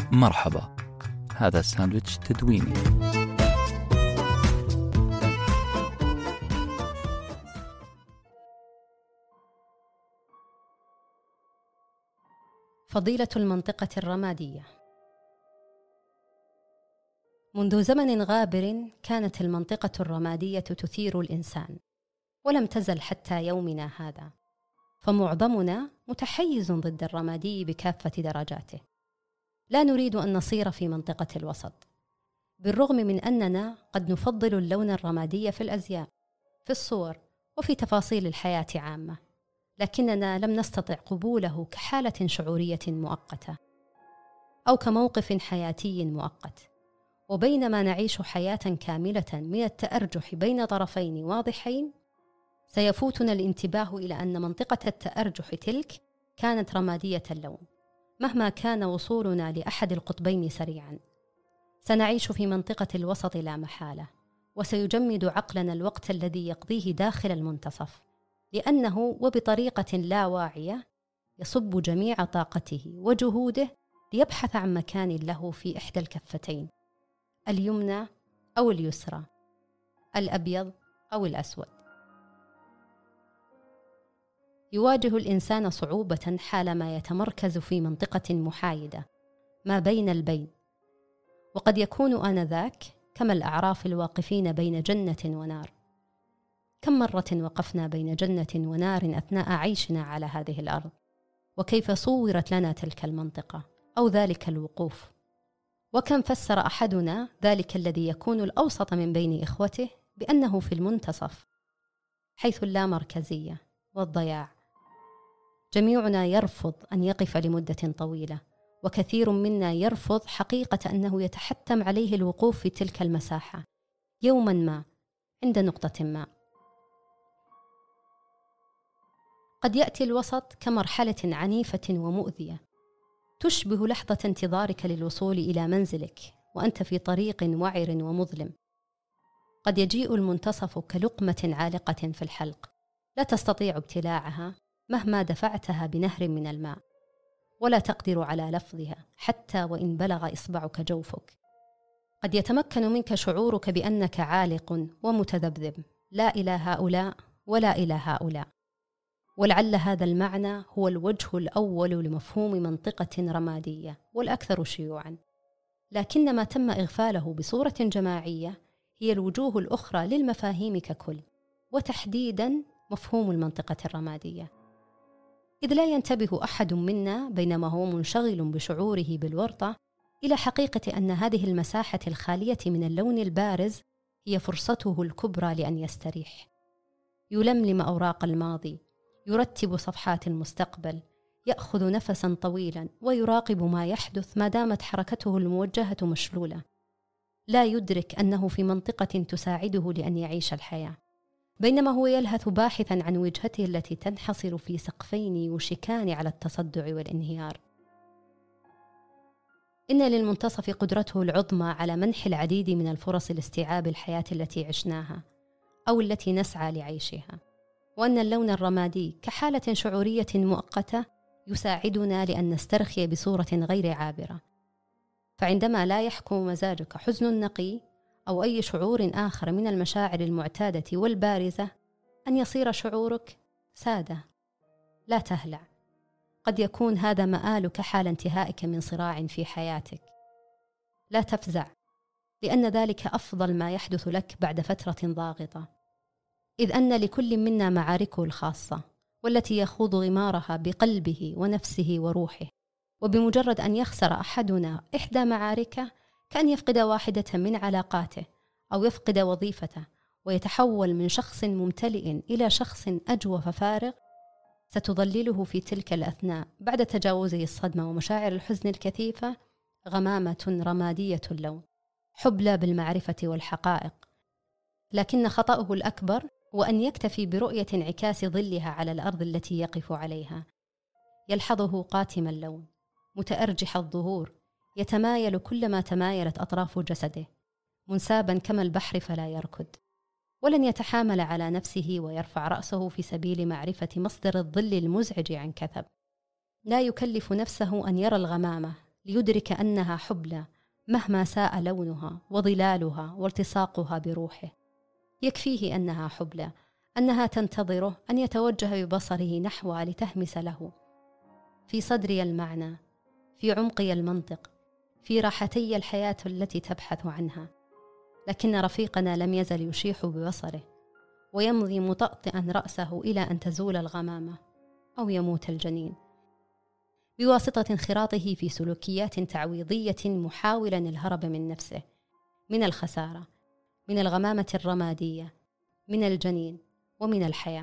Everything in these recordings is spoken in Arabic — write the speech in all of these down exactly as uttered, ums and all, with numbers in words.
مرحبا، هذا ساندويتش تدويني. فضيلة المنطقة الرمادية. منذ زمن غابر كانت المنطقة الرمادية تثير الإنسان، ولم تزل حتى يومنا هذا، فمعظمنا متحيز ضد الرمادي بكافة درجاته. لا نريد أن نصير في منطقة الوسط، بالرغم من أننا قد نفضل اللون الرمادي في الأزياء، في الصور، وفي تفاصيل الحياة عامة، لكننا لم نستطع قبوله كحالة شعورية مؤقتة أو كموقف حياتي مؤقت. وبينما نعيش حياة كاملة من التأرجح بين طرفين واضحين، سيفوتنا الانتباه إلى أن منطقة التأرجح تلك كانت رمادية اللون، مهما كان وصولنا لأحد القطبين سريعا. سنعيش في منطقة الوسط لا محالة، وسيجمد عقلنا الوقت الذي يقضيه داخل المنتصف، لأنه وبطريقة لا واعية يصب جميع طاقته وجهوده ليبحث عن مكان له في إحدى الكفتين، اليمنى أو اليسرى، الأبيض أو الأسود. يواجه الإنسان صعوبة حالما يتمركز في منطقة محايدة ما بين البين، وقد يكون آنذاك كما الأعراف الواقفين بين جنة ونار. كم مرة وقفنا بين جنة ونار أثناء عيشنا على هذه الأرض، وكيف صورت لنا تلك المنطقة أو ذلك الوقوف، وكم فسر أحدنا ذلك الذي يكون الأوسط من بين إخوته بأنه في المنتصف، حيث اللامركزية والضياع. جميعنا يرفض أن يقف لمدة طويلة، وكثير منا يرفض حقيقة أنه يتحتم عليه الوقوف في تلك المساحة يوما ما عند نقطة ما. قد يأتي الوسط كمرحلة عنيفة ومؤذية تشبه لحظة انتظارك للوصول إلى منزلك وأنت في طريق وعر ومظلم. قد يجيء المنتصف كلقمة عالقة في الحلق، لا تستطيع ابتلاعها مهما دفعتها بنهر من الماء، ولا تقدر على لفظها حتى وإن بلغ إصبعك جوفك. قد يتمكن منك شعورك بأنك عالق ومتذبذب، لا إلى هؤلاء ولا إلى هؤلاء. ولعل هذا المعنى هو الوجه الأول لمفهوم منطقة رمادية والأكثر شيوعا، لكن ما تم إغفاله بصورة جماعية هي الوجوه الأخرى للمفاهيم ككل، وتحديدا مفهوم المنطقة الرمادية. إذ لا ينتبه أحد منا بينما هو منشغل بشعوره بالورطة إلى حقيقة أن هذه المساحة الخالية من اللون البارز هي فرصته الكبرى لأن يستريح، يلملم أوراق الماضي، يرتب صفحات المستقبل، يأخذ نفسا طويلا ويراقب ما يحدث ما دامت حركته الموجهة مشلولة. لا يدرك أنه في منطقة تساعده لأن يعيش الحياة، بينما هو يلهث باحثا عن وجهته التي تنحصر في سقفين يوشكان على التصدع والانهيار. إن للمنتصف قدرته العظمى على منح العديد من الفرص لاستيعاب الحياة التي عشناها أو التي نسعى لعيشها، وأن اللون الرمادي كحالة شعورية مؤقتة يساعدنا لأن نسترخي بصورة غير عابرة. فعندما لا يحكم مزاجك حزن نقي أو أي شعور آخر من المشاعر المعتادة والبارزة، أن يصير شعورك سادة، لا تهلع. قد يكون هذا مآلك حال انتهائك من صراع في حياتك. لا تفزع، لأن ذلك أفضل ما يحدث لك بعد فترة ضاغطة، إذ أن لكل منا معاركه الخاصة والتي يخوض غمارها بقلبه ونفسه وروحه. وبمجرد أن يخسر أحدنا إحدى معاركه كأن يفقد واحدة من علاقاته أو يفقد وظيفته ويتحول من شخص ممتلئ إلى شخص أجوف فارغ، ستظلله في تلك الأثناء بعد تجاوزه الصدمة ومشاعر الحزن الكثيفة غمامة رمادية اللون، حبلى بالمعرفة والحقائق. لكن خطأه الأكبر هو أن يكتفي برؤية انعكاس ظلها على الأرض التي يقف عليها. يلحظه قاتم اللون، متأرجح الظهور، يتمايل كلما تمايلت أطراف جسده، منسابا كما البحر فلا يركض. ولن يتحامل على نفسه ويرفع رأسه في سبيل معرفة مصدر الظل المزعج عن كثب. لا يكلف نفسه أن يرى الغمامة ليدرك أنها حبلى مهما ساء لونها وظلالها والتصاقها بروحه. يكفيه أنها حبلى، أنها تنتظره أن يتوجه ببصره نحوها لتهمس له في صدري المعنى، في عمقي المنطق، في راحتي الحياة التي تبحث عنها. لكن رفيقنا لم يزل يشيح ببصره ويمضي مطأطئا رأسه إلى أن تزول الغمامة أو يموت الجنين، بواسطة انخراطه في سلوكيات تعويضية محاولا الهرب من نفسه، من الخسارة، من الغمامة الرمادية، من الجنين ومن الحياة.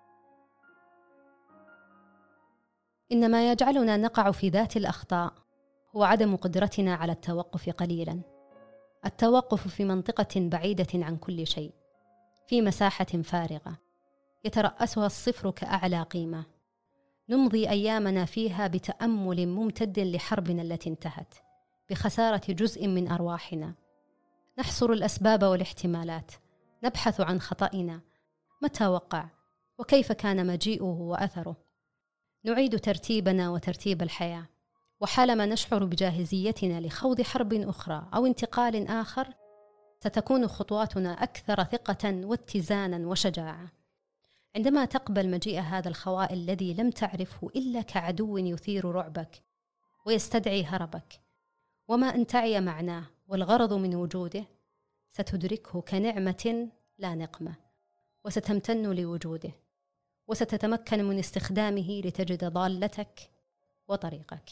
إن ما يجعلنا نقع في ذات الأخطاء هو عدم قدرتنا على التوقف قليلا، التوقف في منطقة بعيدة عن كل شيء، في مساحة فارغة يترأسها الصفر كأعلى قيمة، نمضي أيامنا فيها بتأمل ممتد لحربنا التي انتهت، بخسارة جزء من أرواحنا. نحصر الأسباب والاحتمالات، نبحث عن خطأنا، متى وقع وكيف كان مجيئه وأثره. نعيد ترتيبنا وترتيب الحياة، وحالما نشعر بجاهزيتنا لخوض حرب أخرى أو انتقال آخر، ستكون خطواتنا أكثر ثقة واتزانا وشجاعة. عندما تقبل مجيء هذا الخواء الذي لم تعرفه إلا كعدو يثير رعبك ويستدعي هربك، وما أن تعي معناه والغرض من وجوده، ستدركه كنعمة لا نقمة، وستمتن لوجوده، وستتمكن من استخدامه لتجد ضالتك وطريقك.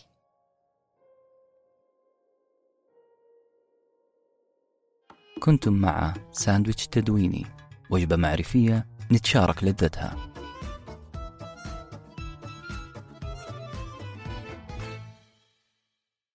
كنتم مع ساندويتش تدويني، وجبة معرفية نتشارك لذتها.